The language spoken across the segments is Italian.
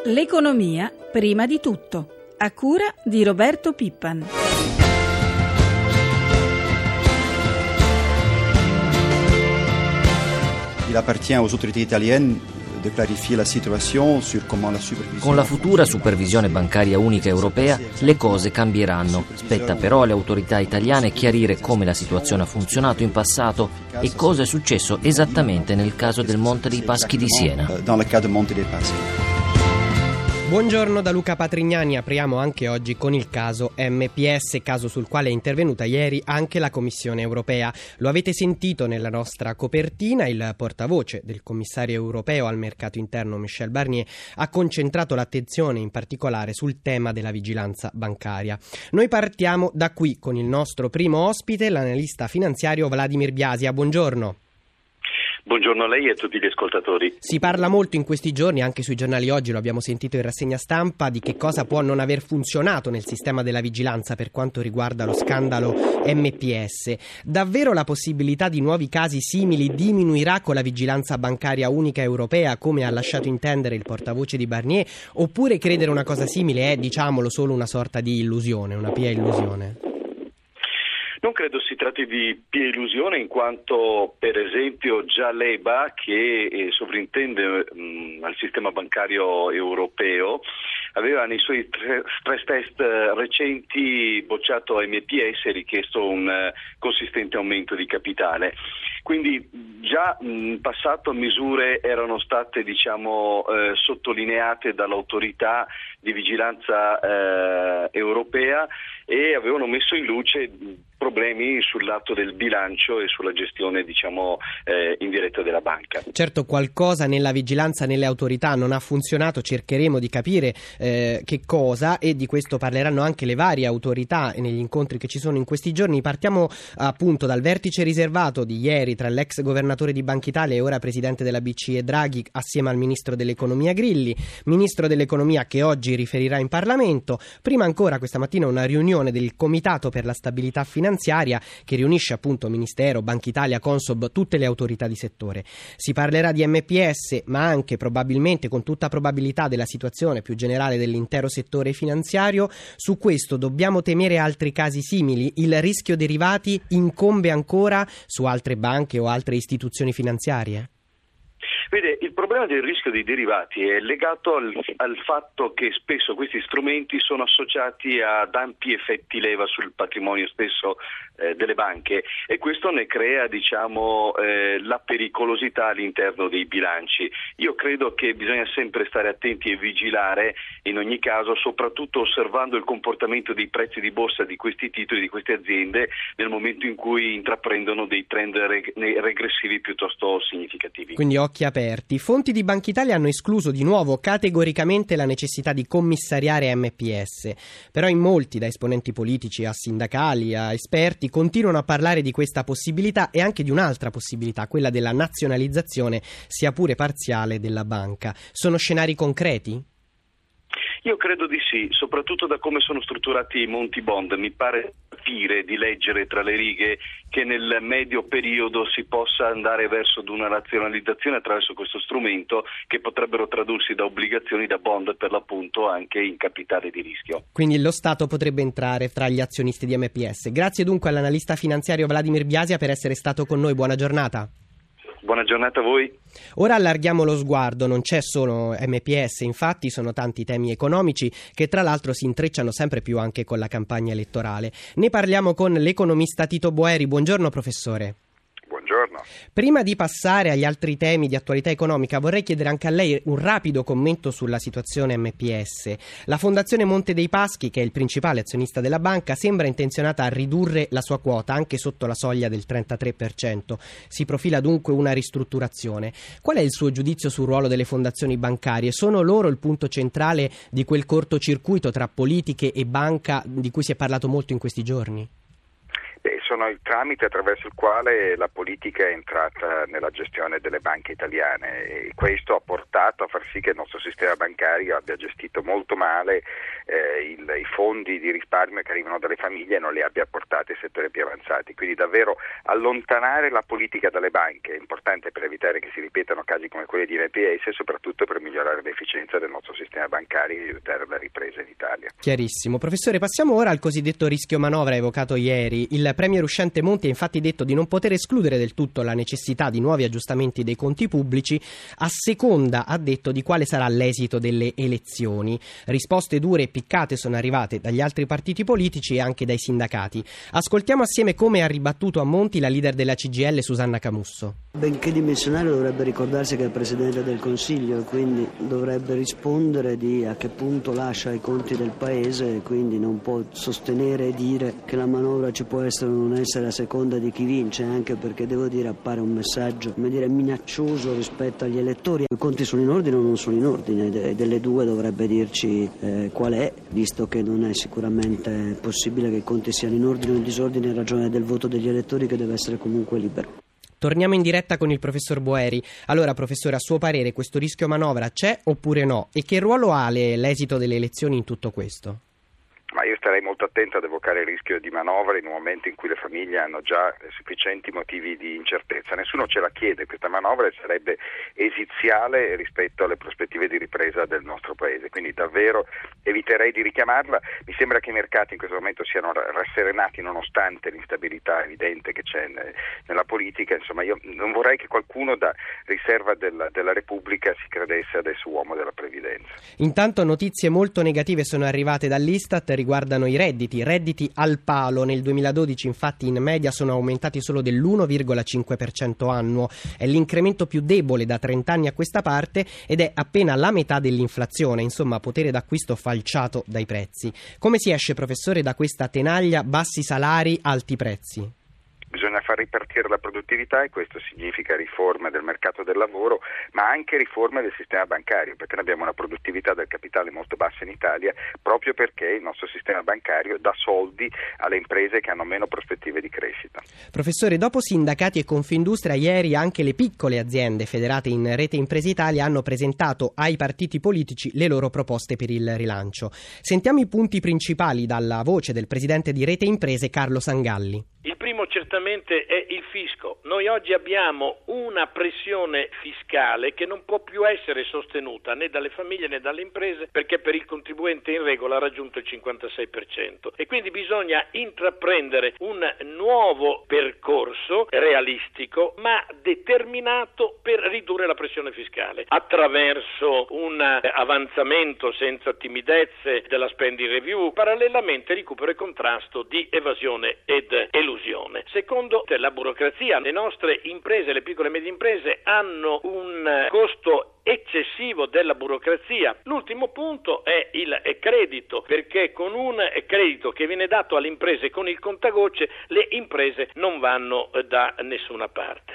L'economia prima di tutto, a cura di Roberto Pippan. Il appartient aux autorités italiennes de clarifier la situation sur comment la supervision. Con la futura supervisione bancaria unica europea le cose cambieranno. Spetta però alle autorità italiane chiarire come la situazione ha funzionato in passato e cosa è successo esattamente nel caso del Monte dei Paschi di Siena. Dans le cas de Monte dei Paschi. Buongiorno da Luca Patrignani, apriamo anche oggi con il caso MPS, caso sul quale è intervenuta ieri anche la Commissione europea. Lo avete sentito nella nostra copertina, il portavoce del commissario europeo al mercato interno Michel Barnier ha concentrato l'attenzione in particolare sul tema della vigilanza bancaria. Noi partiamo da qui con il nostro primo ospite, l'analista finanziario Vladimir Biasia. Buongiorno. Buongiorno a lei e a tutti gli ascoltatori. Si parla molto in questi giorni, anche sui giornali oggi, lo abbiamo sentito in rassegna stampa, di che cosa può non aver funzionato nel sistema della vigilanza per quanto riguarda lo scandalo MPS. Davvero la possibilità di nuovi casi simili diminuirà con la vigilanza bancaria unica europea, come ha lasciato intendere il portavoce di Barnier, oppure credere una cosa simile è, diciamolo, solo una sorta di illusione, una pia illusione? Non credo si tratti di pia illusione, in quanto per esempio già l'EBA, che sovrintende al sistema bancario europeo, aveva nei suoi stress test recenti bocciato MPS e richiesto un consistente aumento di capitale. Quindi già in passato misure erano state sottolineate dall'autorità di vigilanza europea e avevano messo in luce problemi sul lato del bilancio e sulla gestione indiretta della banca. Certo, qualcosa nella vigilanza nelle autorità non ha funzionato, cercheremo di capire che cosa, e di questo parleranno anche le varie autorità negli incontri che ci sono in questi giorni. Partiamo appunto dal vertice riservato di ieri tra l'ex governatore di Banca Italia e ora presidente della BCE Draghi assieme al ministro dell'economia Grilli, ministro dell'economia che oggi riferirà in Parlamento. Prima ancora questa mattina una riunione del Comitato per la stabilità finanziaria che riunisce appunto Ministero, Banca Italia, Consob, tutte le autorità di settore. Si parlerà di MPS, ma anche probabilmente, con tutta probabilità, della situazione più generale dell'intero settore finanziario. Su questo dobbiamo temere altri casi simili? Il rischio derivati incombe ancora su altre banche o altre istituzioni finanziarie? Vede, il problema del rischio dei derivati è legato al fatto che spesso questi strumenti sono associati ad ampi effetti leva sul patrimonio stesso delle banche, e questo ne crea la pericolosità all'interno dei bilanci. Io credo che bisogna sempre stare attenti e vigilare in ogni caso, soprattutto osservando il comportamento dei prezzi di borsa di questi titoli, di queste aziende, nel momento in cui intraprendono dei trend regressivi piuttosto significativi. Quindi occhi aperti. Fonti di Banca Italia hanno escluso di nuovo categoricamente la necessità di commissariare MPS, però in molti, da esponenti politici a sindacali a esperti, continuano a parlare di questa possibilità e anche di un'altra possibilità, quella della nazionalizzazione, sia pure parziale, della banca. Sono scenari concreti? Io credo di sì, soprattutto da come sono strutturati i Monti Bond. Mi pare di leggere tra le righe che nel medio periodo si possa andare verso una nazionalizzazione attraverso questo strumento, che potrebbero tradursi da obbligazioni, da bond per l'appunto, anche in capitale di rischio. Quindi lo Stato potrebbe entrare tra gli azionisti di MPS. Grazie dunque all'analista finanziario Vladimir Biasia per essere stato con noi. Buona giornata. Buona giornata a voi. Ora allarghiamo lo sguardo, non c'è solo MPS, infatti sono tanti temi economici che tra l'altro si intrecciano sempre più anche con la campagna elettorale. Ne parliamo con l'economista Tito Boeri. Buongiorno professore. Buongiorno. Prima di passare agli altri temi di attualità economica, vorrei chiedere anche a lei un rapido commento sulla situazione MPS. La Fondazione Monte dei Paschi, che è il principale azionista della banca, sembra intenzionata a ridurre la sua quota anche sotto la soglia del 33%. Si profila dunque una ristrutturazione. Qual è il suo giudizio sul ruolo delle fondazioni bancarie? Sono loro il punto centrale di quel cortocircuito tra politiche e banca di cui si è parlato molto in questi giorni? sono il tramite attraverso il quale la politica è entrata nella gestione delle banche italiane, e questo ha portato a far sì che il nostro sistema bancario abbia gestito molto male i fondi di risparmio che arrivano dalle famiglie e non li abbia portati ai settori più avanzati. Quindi davvero allontanare la politica dalle banche è importante per evitare che si ripetano casi come quelli di NPS e soprattutto per migliorare l'efficienza del nostro sistema bancario e aiutare la ripresa in Italia. Chiarissimo. Professore, passiamo ora al cosiddetto rischio manovra evocato ieri. Il premier uscente Monti ha infatti detto di non poter escludere del tutto la necessità di nuovi aggiustamenti dei conti pubblici a seconda, ha detto, di quale sarà l'esito delle elezioni. Risposte dure e piccate sono arrivate dagli altri partiti politici e anche dai sindacati. Ascoltiamo assieme come ha ribattuto a Monti la leader della CGIL Susanna Camusso. Benché dimissionario dovrebbe ricordarsi che è il Presidente del Consiglio e quindi dovrebbe rispondere di a che punto lascia i conti del Paese, e quindi non può sostenere e dire che la manovra ci può essere o non essere a seconda di chi vince, anche perché devo dire appare un messaggio minaccioso rispetto agli elettori. I conti sono in ordine o non sono in ordine, delle due dovrebbe dirci qual è, visto che non è sicuramente possibile che i conti siano in ordine o in disordine in ragione del voto degli elettori, che deve essere comunque libero. Torniamo in diretta con il professor Boeri. Allora, professore, a suo parere questo rischio manovra c'è oppure no? E che ruolo ha l'esito delle elezioni in tutto questo? Ma io starei molto attento ad evocare il rischio di manovra in un momento in cui le famiglie hanno già sufficienti motivi di incertezza. Nessuno ce la chiede questa manovra e sarebbe esiziale rispetto alle prospettive di ripresa del nostro Paese. Quindi davvero eviterei di richiamarla. Mi sembra che i mercati in questo momento siano rasserenati nonostante l'instabilità evidente che c'è nella politica. Insomma, io non vorrei che qualcuno da riserva della Repubblica si credesse adesso uomo della previdenza. Intanto notizie molto negative sono arrivate dall'Istat, riguardano i redditi al palo. Nel 2012 infatti in media sono aumentati solo dell'1,5% annuo. È l'incremento più debole da 30 anni a questa parte ed è appena la metà dell'inflazione, insomma potere d'acquisto falciato dai prezzi. Come si esce, professore, da questa tenaglia bassi salari, alti prezzi? Bisogna far ripartire la produttività e questo significa riforme del mercato del lavoro, ma anche riforme del sistema bancario, perché noi abbiamo una produttività del capitale molto bassa in Italia proprio perché il nostro sistema bancario dà soldi alle imprese che hanno meno prospettive di crescita. Professore, dopo sindacati e Confindustria, ieri anche le piccole aziende federate in Rete Imprese Italia hanno presentato ai partiti politici le loro proposte per il rilancio. Sentiamo i punti principali dalla voce del presidente di Rete Imprese, Carlo Sangalli. Il primo certamente è il fisco. Noi oggi abbiamo una pressione fiscale che non può più essere sostenuta né dalle famiglie né dalle imprese, perché per il contribuente in regola ha raggiunto il 56% e quindi bisogna intraprendere un nuovo percorso realistico ma determinato per ridurre la pressione fiscale attraverso un avanzamento senza timidezze della spending review, parallelamente recupero e contrasto di evasione ed elusione. Secondo la burocrazia, le nostre imprese, le piccole e medie imprese hanno un costo eccessivo della burocrazia. L'ultimo punto è il credito, perché con un credito che viene dato alle imprese con il contagocce le imprese non vanno da nessuna parte.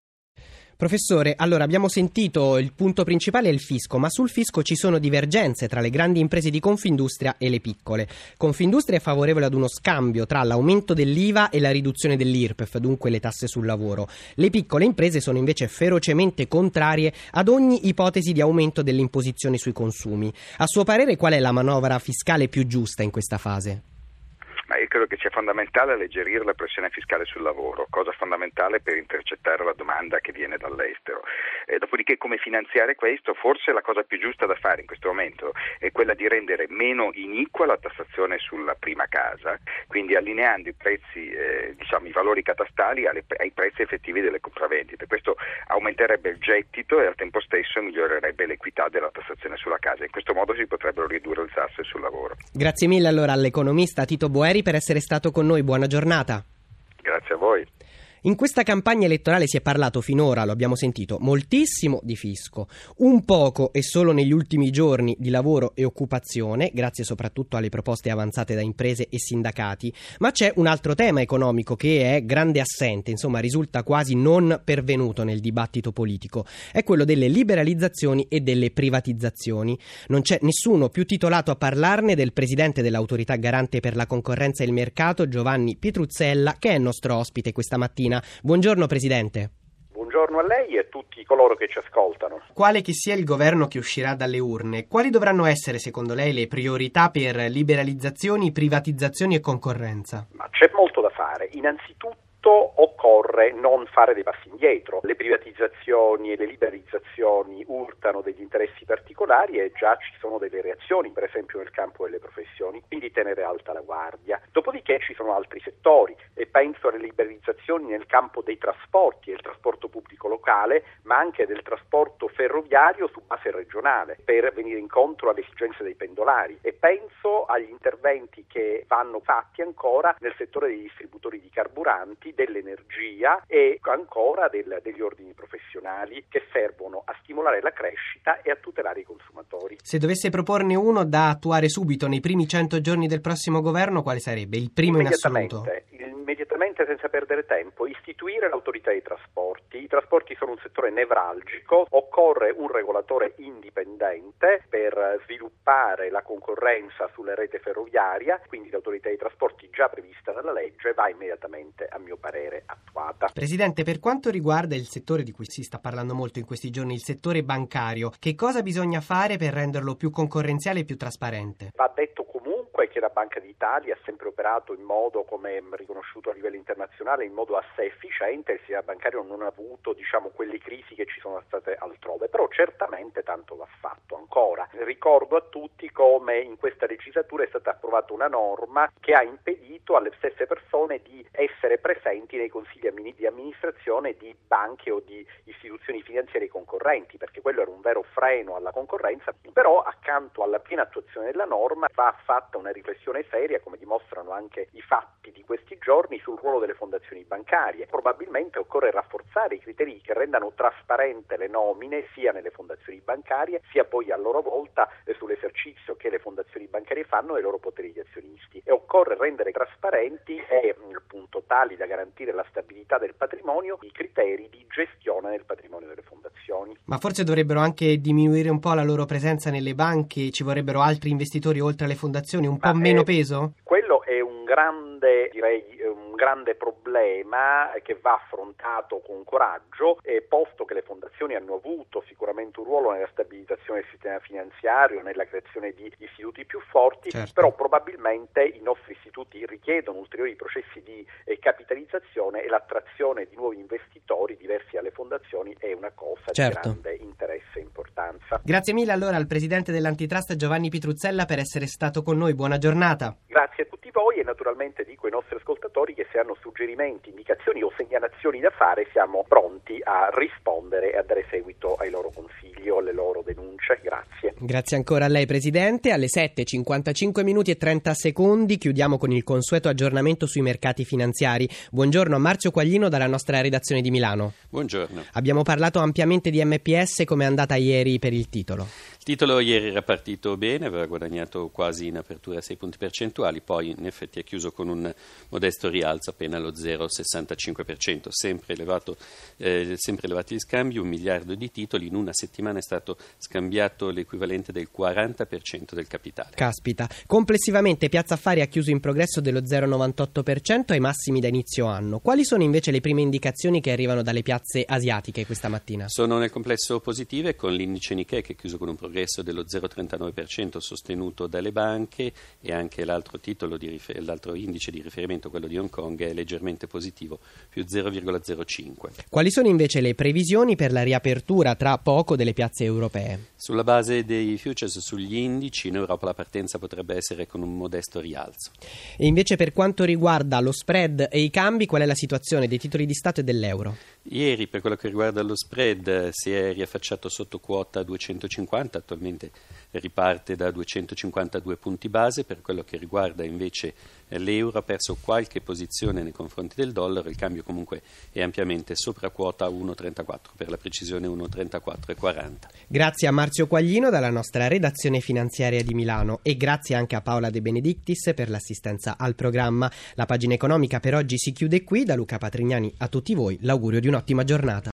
Professore, allora abbiamo sentito il punto principale è il fisco, ma sul fisco ci sono divergenze tra le grandi imprese di Confindustria e le piccole. Confindustria è favorevole ad uno scambio tra l'aumento dell'IVA e la riduzione dell'IRPEF, dunque le tasse sul lavoro. Le piccole imprese sono invece ferocemente contrarie ad ogni ipotesi di aumento delle imposizioni sui consumi. A suo parere qual è la manovra fiscale più giusta in questa fase? Ma io credo che sia fondamentale alleggerire la pressione fiscale sul lavoro, cosa fondamentale per intercettare la domanda che viene dall'estero. Dopodiché come finanziare questo? Forse la cosa più giusta da fare in questo momento è quella di rendere meno iniqua la tassazione sulla prima casa, quindi allineando i prezzi, i valori catastali ai prezzi effettivi delle compravendite. Questo aumenterebbe il gettito e al tempo stesso migliorerebbe l'equità della tassazione sulla casa. In questo modo si potrebbero ridurre le tasse sul lavoro. Grazie mille allora all'economista Tito Boeri per essere stato con noi. Buona giornata. Grazie a voi. In questa campagna elettorale si è parlato finora, lo abbiamo sentito, moltissimo di fisco, un poco e solo negli ultimi giorni di lavoro e occupazione, grazie soprattutto alle proposte avanzate da imprese e sindacati, ma c'è un altro tema economico che è grande assente, insomma risulta quasi non pervenuto nel dibattito politico, è quello delle liberalizzazioni e delle privatizzazioni. Non c'è nessuno più titolato a parlarne del presidente dell'Autorità Garante per la Concorrenza e il Mercato, Giovanni Pitruzzella, che è nostro ospite questa mattina. Buongiorno Presidente. Buongiorno a lei e a tutti coloro che ci ascoltano. Quale che sia il governo che uscirà dalle urne, quali dovranno essere secondo lei le priorità per liberalizzazioni, privatizzazioni e concorrenza? Ma c'è molto da fare. Innanzitutto occorre non fare dei passi indietro. Le privatizzazioni e le liberalizzazioni urtano degli interessi particolari e già ci sono delle reazioni, per esempio nel campo delle professioni, quindi tenere alta la guardia. Dopodiché ci sono altri settori e penso alle liberalizzazioni nel campo dei trasporti, del trasporto pubblico locale, ma anche del trasporto ferroviario su base regionale per venire incontro alle esigenze dei pendolari, e penso agli interventi che vanno fatti ancora nel settore dei distributori di carburanti, dell'energia e ancora degli ordini professionali che servono a stimolare la crescita e a tutelare i consumatori. Se dovesse proporne uno da attuare subito nei primi 100 giorni del prossimo governo, quale sarebbe? Il primo in assoluto? Immediatamente, senza perdere tempo, istituire l'autorità dei trasporti. I trasporti sono un settore nevralgico, occorre un regolatore indipendente per sviluppare la concorrenza sulla rete ferroviaria, quindi l'autorità dei trasporti già prevista dalla legge va immediatamente, a mio parere, attuata. Presidente, per quanto riguarda il settore di cui si sta parlando molto in questi giorni, il settore bancario, che cosa bisogna fare per renderlo più concorrenziale e più trasparente? Va detto comunque che la Banca d'Italia ha sempre operato in modo, come riconosciuto a livello internazionale, in modo assai efficiente. Il sistema bancario non ha avuto, quelle crisi che ci sono state altrove, però certamente tanto va fatto ancora. Ricordo a tutti come in questa legislatura è stata approvata una norma che ha impedito alle stesse persone di essere presenti nei consigli di amministrazione di banche o di istituzioni finanziarie concorrenti, perché quello era un vero freno alla concorrenza. Però accanto alla piena attuazione della norma va fatta una riflessione seria, come dimostrano anche i fatti di questi giorni, sul ruolo delle fondazioni bancarie. Probabilmente occorre rafforzare i criteri che rendano trasparente le nomine sia nelle fondazioni bancarie sia poi a loro volta sull'esercizio che le fondazioni bancarie fanno e i loro poteri di azionisti, e occorre rendere trasparenti e appunto tali da garantire la stabilità del patrimonio i criteri di gestione del patrimonio delle fondazioni. Ma forse dovrebbero anche diminuire un po' la loro presenza nelle banche? Ci vorrebbero altri investitori oltre alle fondazioni, un po' meno peso? Quello è un grande problema che va affrontato con coraggio, posto che le fondazioni hanno avuto sicuramente un ruolo nella stabilizzazione del sistema finanziario, nella creazione di istituti più forti, certo. Però probabilmente i nostri istituti richiedono ulteriori processi di capitalizzazione, e l'attrazione di nuovi investitori diversi dalle fondazioni è una cosa certo. di grande interesse e importanza. Grazie mille allora al presidente dell'Antitrust Giovanni Pitruzzella per essere stato con noi, buona giornata. Grazie a tutti voi, e naturalmente dico ai nostri ascoltatori che se hanno suggerimenti, indicazioni o segnalazioni da fare siamo pronti a rispondere e a dare seguito ai loro consigli o alle loro denunce. Grazie. Grazie ancora a lei Presidente. Alle 7:55 minuti e 30 secondi chiudiamo con il consueto aggiornamento sui mercati finanziari. Buongiorno a Marzio Quaglino dalla nostra redazione di Milano. Buongiorno. Abbiamo parlato ampiamente di MPS, come è andata ieri per il titolo? Il titolo ieri era partito bene, aveva guadagnato quasi in apertura 6 punti percentuali, poi in effetti è chiuso con un modesto rialzo appena lo 0,65%, sempre elevati gli scambi, 1 miliardo di titoli, in una settimana è stato scambiato l'equivalente del 40% del capitale. Caspita, complessivamente Piazza Affari ha chiuso in progresso dello 0,98% ai massimi da inizio anno. Quali sono invece le prime indicazioni che arrivano dalle piazze asiatiche questa mattina? Sono nel complesso positive, con l'indice Nikkei che è chiuso con un progresso dello 0,39% sostenuto dalle banche, e anche l'altro indice di riferimento, quello di Hong Kong, è leggermente positivo, più 0,05. Quali sono invece le previsioni per la riapertura tra poco delle piazze europee? Sulla base dei futures sugli indici in Europa la partenza potrebbe essere con un modesto rialzo. E invece per quanto riguarda lo spread e i cambi, qual è la situazione dei titoli di Stato e dell'euro? Ieri per quello che riguarda lo spread si è riaffacciato sotto quota 250, attualmente riparte da 252 punti base. Per quello che riguarda invece l'euro, ha perso qualche posizione nei confronti del dollaro, il cambio comunque è ampiamente sopra quota 1,34, per la precisione 1,3440. Grazie a Marzio Quaglino dalla nostra redazione finanziaria di Milano e grazie anche a Paola De Benedictis per l'assistenza al programma. La pagina economica per oggi si chiude qui. Da Luca Patrignani a tutti voi l'augurio di un'ottima giornata.